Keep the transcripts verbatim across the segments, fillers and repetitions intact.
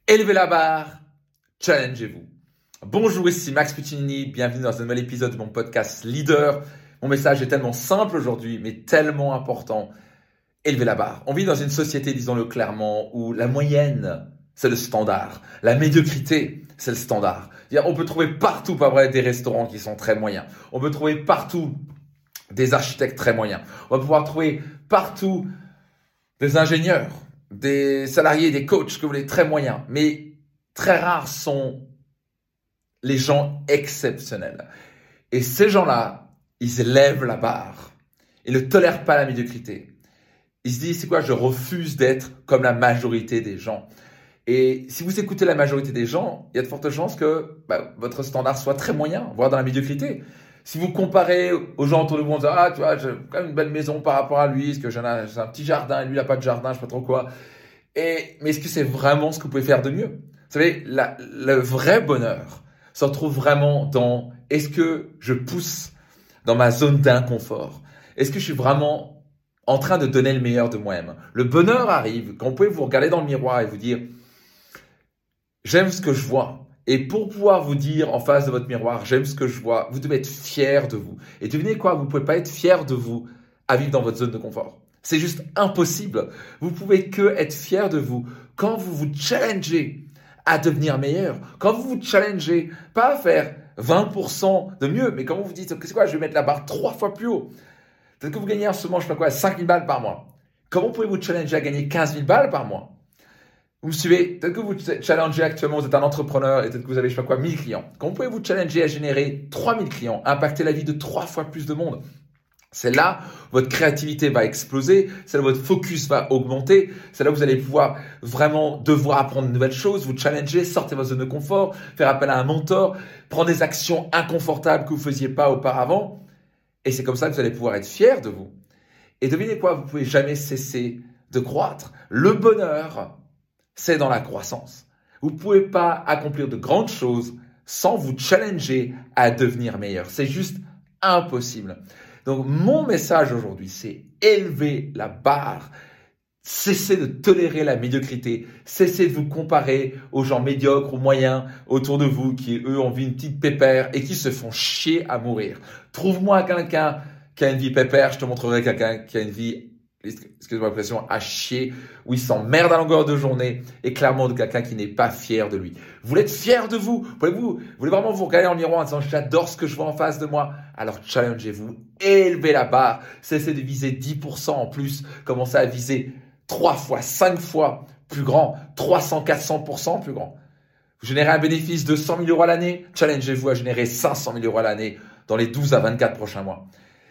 Élevez la barre, challengez-vous. Bonjour, ici Max Puccinini, bienvenue dans un nouvel épisode de mon podcast Leader. Mon message est tellement simple aujourd'hui, mais tellement important. Élevez la barre. On vit dans une société, disons-le clairement, où la moyenne, c'est le standard. La médiocrité, c'est le standard. On peut trouver partout, pas vrai, des restaurants qui sont très moyens. On peut trouver partout des architectes très moyens. On va pouvoir trouver partout des ingénieurs, des salariés, des coachs que vous voulez très moyens. Mais très rares sont les gens exceptionnels. Et ces gens-là, ils élèvent la barre. Ils ne tolèrent pas la médiocrité. Ils se disent, c'est quoi, je refuse d'être comme la majorité des gens. Et si vous écoutez la majorité des gens, il y a de fortes chances que bah, votre standard soit très moyen, voire dans la médiocrité. Si vous comparez aux gens autour de vous, on dit, ah, tu vois, j'ai quand même une belle maison par rapport à lui, parce que j'ai un, j'ai un petit jardin, et lui, il n'a pas de jardin, je sais pas trop quoi. Et, mais est-ce que c'est vraiment ce que vous pouvez faire de mieux? Vous savez, la, le vrai bonheur se retrouve vraiment dans, est-ce que je pousse dans ma zone d'inconfort? Est-ce que je suis vraiment en train de donner le meilleur de moi-même? Le bonheur arrive quand vous pouvez vous regarder dans le miroir et vous dire, j'aime ce que je vois. Et pour pouvoir vous dire en face de votre miroir, j'aime ce que je vois, vous devez être fier de vous. Et devinez quoi, vous ne pouvez pas être fier de vous à vivre dans votre zone de confort. C'est juste impossible. Vous pouvez que être fier de vous quand vous vous challengez à devenir meilleur. Quand vous vous challengez, pas à faire vingt pour cent de mieux, mais quand vous vous dites, c'est quoi, je vais mettre la barre trois fois plus haut. Peut-être que vous gagnez en ce moment, je sais pas quoi, cinq mille balles par mois. Comment pouvez-vous challenger à gagner quinze mille balles par mois? Vous me suivez? Peut-être que vous challengez actuellement, vous êtes un entrepreneur et peut-être que vous avez, je sais pas quoi, mille clients. Comment pouvez vous challenger à générer trois mille clients, impacter la vie de trois fois plus de monde? C'est là où votre créativité va exploser, c'est là où votre focus va augmenter, c'est là où vous allez pouvoir vraiment devoir apprendre de nouvelles choses, vous challenger, sortir de votre zone de confort, faire appel à un mentor, prendre des actions inconfortables que vous ne faisiez pas auparavant. Et c'est comme ça que vous allez pouvoir être fier de vous. Et devinez quoi, vous ne pouvez jamais cesser de croître. Le bonheur, c'est dans la croissance. Vous ne pouvez pas accomplir de grandes choses sans vous challenger à devenir meilleur. C'est juste impossible. Donc, mon message aujourd'hui, c'est élever la barre. Cessez de tolérer la médiocrité. Cessez de vous comparer aux gens médiocres, aux moyens autour de vous qui, eux, ont vu une petite pépère et qui se font chier à mourir. Trouve-moi quelqu'un qui a une vie pépère. Je te montrerai quelqu'un qui a une vie, excusez-moi l'expression, à chier, où il s'emmerde à longueur de journée et clairement de quelqu'un qui n'est pas fier de lui. Vous voulez être fier de vous? Voulez-vous, vous voulez vraiment vous regarder dans le miroir en disant j'adore ce que je vois en face de moi? Alors challengez-vous, élevez la barre, cessez de viser dix pour cent en plus, commencez à viser trois fois, cinq fois plus grand, trois cents, quatre cents pour cent plus grand. Vous générez un bénéfice de cent mille euros à l'année, challengez-vous à générer cinq cent mille euros à l'année dans les douze à vingt-quatre prochains mois.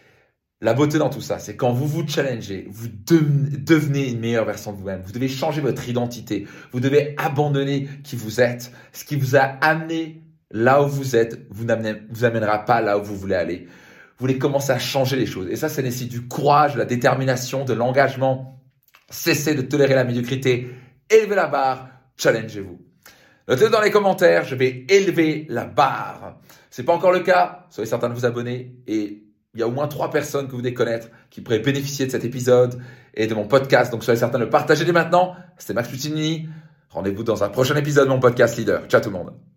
La beauté dans tout ça, c'est quand vous vous challengez, vous devenez une meilleure version de vous-même. Vous devez changer votre identité. Vous devez abandonner qui vous êtes. Ce qui vous a amené là où vous êtes, vous vous amènera pas là où vous voulez aller. Vous voulez commencer à changer les choses. Et ça, ça nécessite du courage, de la détermination, de l'engagement. Cessez de tolérer la médiocrité. Élevez la barre. Challengez-vous. Notez dans les commentaires, je vais élever la barre. C'est pas encore le cas. Soyez certain de vous abonner et il y a au moins trois personnes que vous devez connaître qui pourraient bénéficier de cet épisode et de mon podcast. Donc, soyez certain de le partager dès maintenant. C'était Max Puccinini. Rendez-vous dans un prochain épisode de mon podcast Leader. Ciao tout le monde.